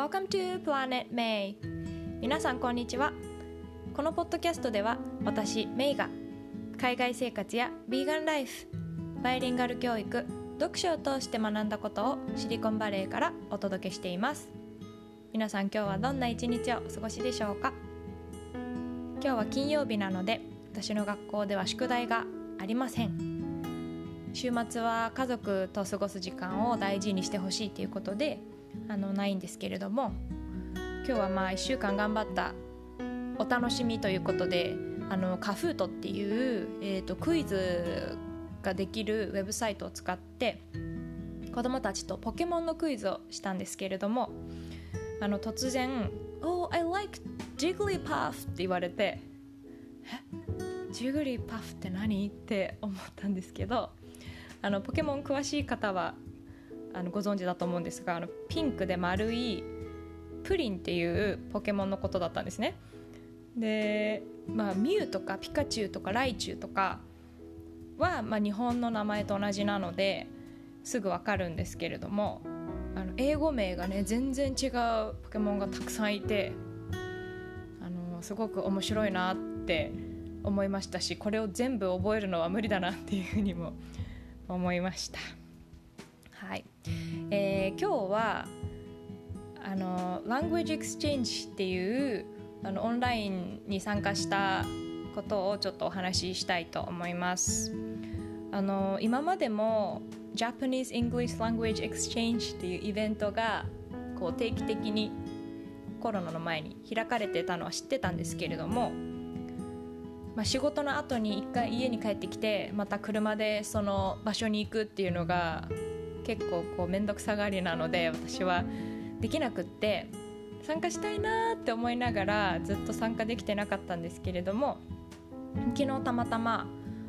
Welcome to Planet May。 皆さんこんにちは。このポッドキャストでは私メイが海外生活やビーガンライフ、バイリンガル教育、読書を通して学んだことをシリコンバレーからお届けしています。皆さん今日はどんな一日をお過ごしでしょうか。今日は金曜日なので私の学校では宿題がありません。週末は家族と過ごす時間を大事にしてほしいということでないんですけれども、今日は1週間頑張ったお楽しみということでカフートっていう、クイズができるウェブサイトを使って子どもたちとポケモンのクイズをしたんですけれども、突然Oh, I like Jigglypuff って言われてジグリパフって何って思ったんですけど、ポケモン詳しい方はご存知だと思うんですが、ピンクで丸いプリンっていうポケモンのことだったんですね。で、ミュウとかピカチュウとかライチュウとかは、日本の名前と同じなのですぐわかるんですけれども、英語名がね全然違うポケモンがたくさんいてすごく面白いなって思いましたし、これを全部覚えるのは無理だなっていうふうにも思いました。はい、今日はLanguage Exchange っていうオンラインに参加したことをちょっとお話ししたいと思います。今までも Japanese English Language Exchange っていうイベントが定期的にコロナの前に開かれてたのは知ってたんですけれども、仕事の後に一回家に帰ってきてまた車でその場所に行くっていうのが結構めんどくさがりなので私はできなくって、参加したいなって思いながらずっと参加できてなかったんですけれども、昨日たまたま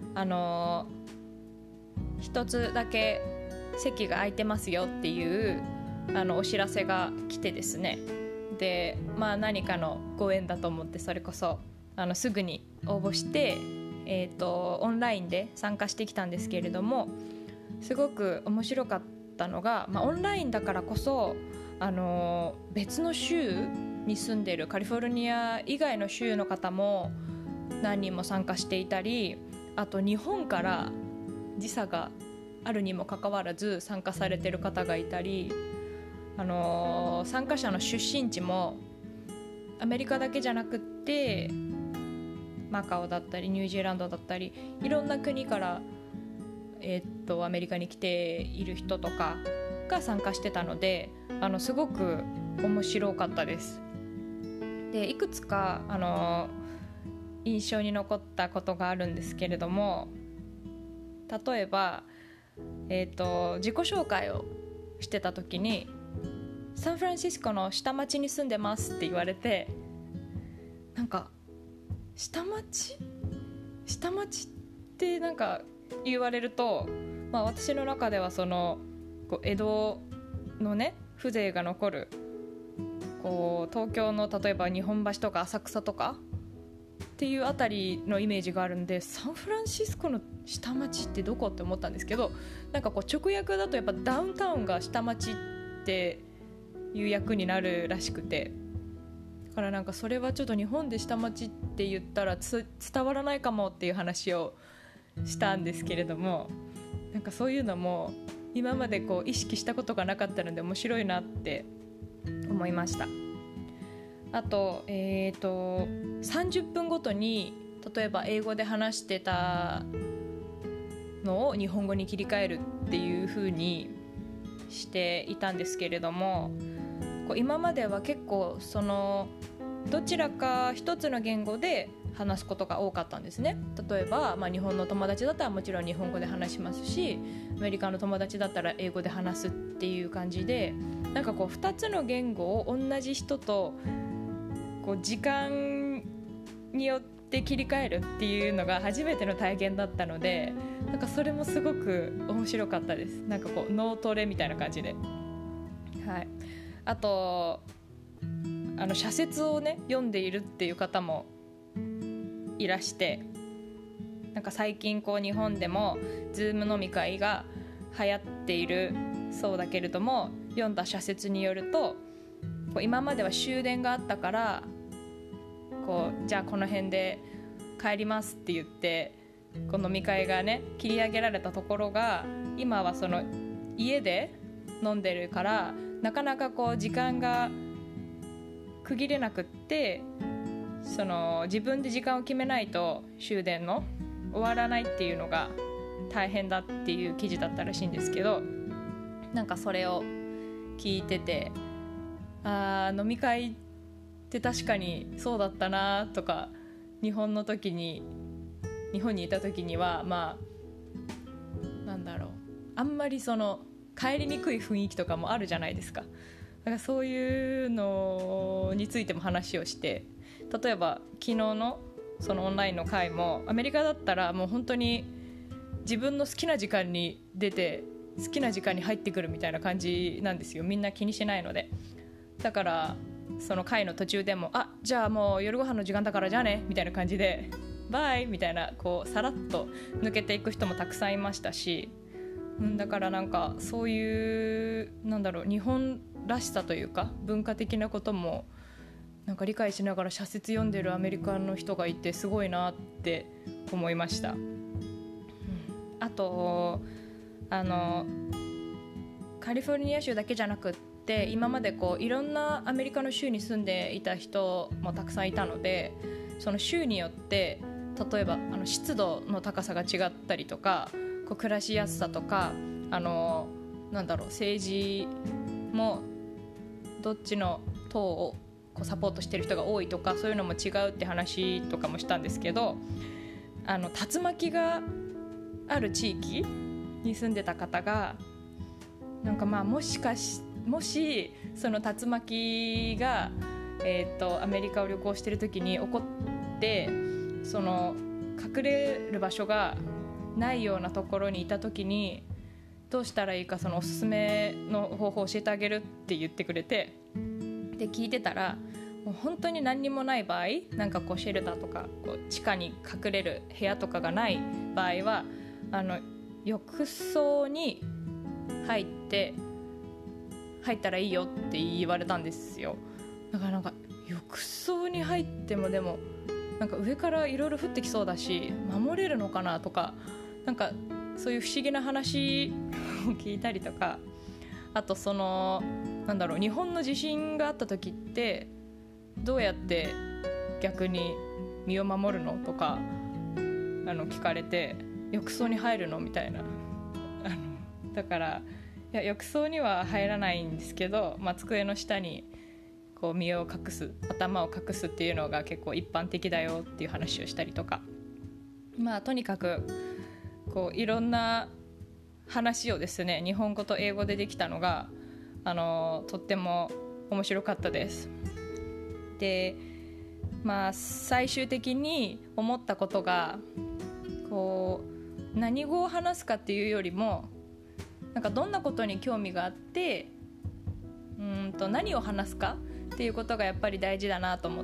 一つだけ席が空いてますよっていうお知らせが来てですね、で、何かのご縁だと思ってそれこそすぐに応募して、オンラインで参加してきたんですけれども、すごく面白かったのが、オンラインだからこそ別の州に住んでいるカリフォルニア以外の州の方も何人も参加していたり、あと日本から時差があるにもかかわらず参加されている方がいたり、参加者の出身地もアメリカだけじゃなくってマカオだったりニュージーランドだったりいろんな国からアメリカに来ている人とかが参加してたので、すごく面白かったです。で、いくつか印象に残ったことがあるんですけれども、例えば、自己紹介をしてた時にサンフランシスコの下町に住んでますって言われて、なんか下町ってなんか言われると、私の中ではその江戸のね風情が残る東京の例えば日本橋とか浅草とかっていうあたりのイメージがあるんで、サンフランシスコの下町ってどこって思ったんですけど、なんか直訳だとやっぱダウンタウンが下町っていう役になるらしくて、だからなんかそれはちょっと日本で下町って言ったら伝わらないかもっていう話をしたんですけれども、なんかそういうのも今まで意識したことがなかったので面白いなって思いました。あと、30分ごとに例えば英語で話してたのを日本語に切り替えるっていう風にしていたんですけれども、今までは結構どちらか一つの言語で話すことが多かったんですね。例えば、日本の友達だったらもちろん日本語で話しますし、アメリカの友達だったら英語で話すっていう感じで、なんか2つの言語を同じ人と時間によって切り替えるっていうのが初めての体験だったので、なんかそれもすごく面白かったです。なんか脳トレみたいな感じで、はい。あと社説をね読んでいるっていう方もいらして、なんか最近日本でも Zoom 飲み会が流行っているそうだけれども、読んだ社説によるとこう今までは終電があったからこうじゃあこの辺で帰りますって言ってこう飲み会がね切り上げられたところが今はその家で飲んでるからなかなかこう時間が区切れなくってその自分で時間を決めないと終電の終わらないっていうのが大変だっていう記事だったらしいんですけど、なんかそれを聞いてて飲み会って確かにそうだったなとか、日本にいた時にはまあなんだろう、あんまりその帰りにくい雰囲気とかもあるじゃないですか。だからそういうのについても話をして、例えば昨日のそのオンラインの会もアメリカだったらもう本当に自分の好きな時間に出て好きな時間に入ってくるみたいな感じなんですよ。みんな気にしないので。だからその会の途中でもじゃあもう夜ご飯の時間だからじゃあねみたいな感じでバイみたいなこうさらっと抜けていく人もたくさんいましたし、だからなんかそういうなんだろう、日本らしさというか文化的なこともなんか理解しながら社説読んでるアメリカの人がいてすごいなって思いました。あとカリフォルニア州だけじゃなくって今までこういろんなアメリカの州に住んでいた人もたくさんいたので、その州によって例えば湿度の高さが違ったりとかこう暮らしやすさとかなんだろう、政治もどっちの党をこうサポートしてる人が多いとかそういうのも違うって話とかもしたんですけど、竜巻がある地域に住んでた方がなんかもしその竜巻が、アメリカを旅行してる時に起こってその隠れる場所がないようなところにいた時にどうしたらいいかそのおすすめの方法を教えてあげるって言ってくれて、で聞いてたらもう本当に何にもない場合、なんかこうシェルターとかこう地下に隠れる部屋とかがない場合は浴槽に入ったらいいよって言われたんですよ。だからなんか浴槽に入ってもでもなんか上からいろいろ降ってきそうだし守れるのかなとか、なんかそういう不思議な話を聞いたりとか、あとそのなんだろう、日本の地震があった時ってどうやって逆に身を守るのとか聞かれて、浴槽に入るのみたいなだからいや浴槽には入らないんですけど、机の下にこう身を隠す、頭を隠すっていうのが結構一般的だよっていう話をしたりとか、とにかくこういろんな話をですね日本語と英語でできたのがとっても面白かったです。で最終的に思ったことがこう何語を話すかっていうよりもなんかどんなことに興味があって何を話すかっていうことがやっぱり大事だなと思って、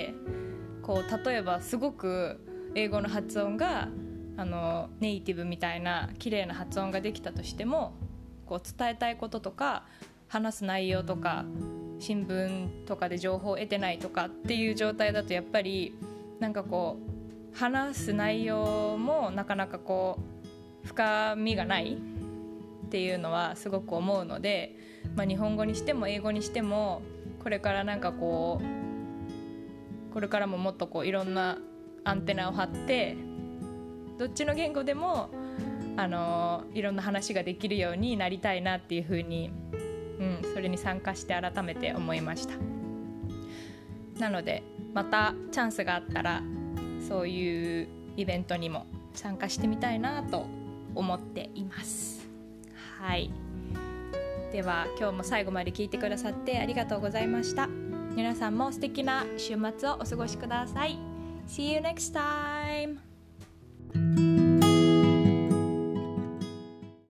こう例えばすごく英語の発音がネイティブみたいな綺麗な発音ができたとしても、こう伝えたいこととか話す内容とか新聞とかで情報を得てないとかっていう状態だとやっぱりなんかこう話す内容もなかなかこう深みがないっていうのはすごく思うので、日本語にしても英語にしてもこれからなんかこれももっとこういろんなアンテナを張ってどっちの言語でもいろんな話ができるようになりたいなっていうふうに、それに参加して改めて思いました。なのでまたチャンスがあったらそういうイベントにも参加してみたいなと思っています。はい、では今日も最後まで聞いてくださってありがとうございました。皆さんも素敵な週末をお過ごしください。See you next time!